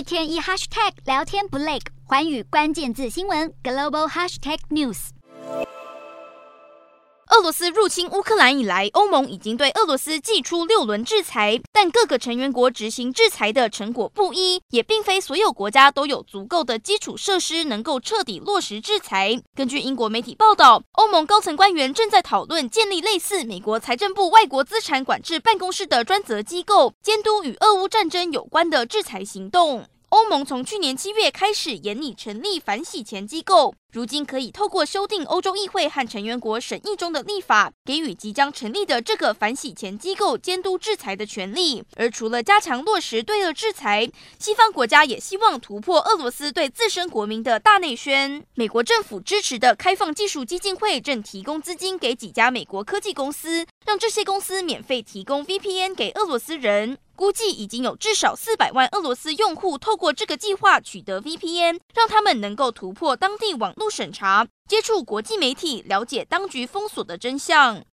天一 hashtag 聊天不累，寰宇关键字新闻 global hashtag news。 俄罗斯入侵乌克兰以来，欧盟已经对俄罗斯祭出6轮制裁，但各个成员国执行制裁的成果不一，也并非所有国家都有足够的基础设施能够彻底落实制裁。根据英国媒体报道，欧盟高层官员正在讨论建立类似美国财政部外国资产管制办公室的专责机构，监督与俄乌战争有关的制裁行动。欧盟从去年7月开始研拟成立反洗钱机构，如今可以透过修订欧洲议会和成员国审议中的立法，给予即将成立的这个反洗钱机构监督制裁的权利。而除了加强落实对俄制裁，西方国家也希望突破俄罗斯对自身国民的大内宣。美国政府支持的开放技术基金会正提供资金给几家美国科技公司，让这些公司免费提供 VPN 给俄罗斯人。估计已经有至少400万俄罗斯用户透过这个计划取得 VPN， 让他们能够突破当地网络审查，接触国际媒体，了解当局封锁的真相。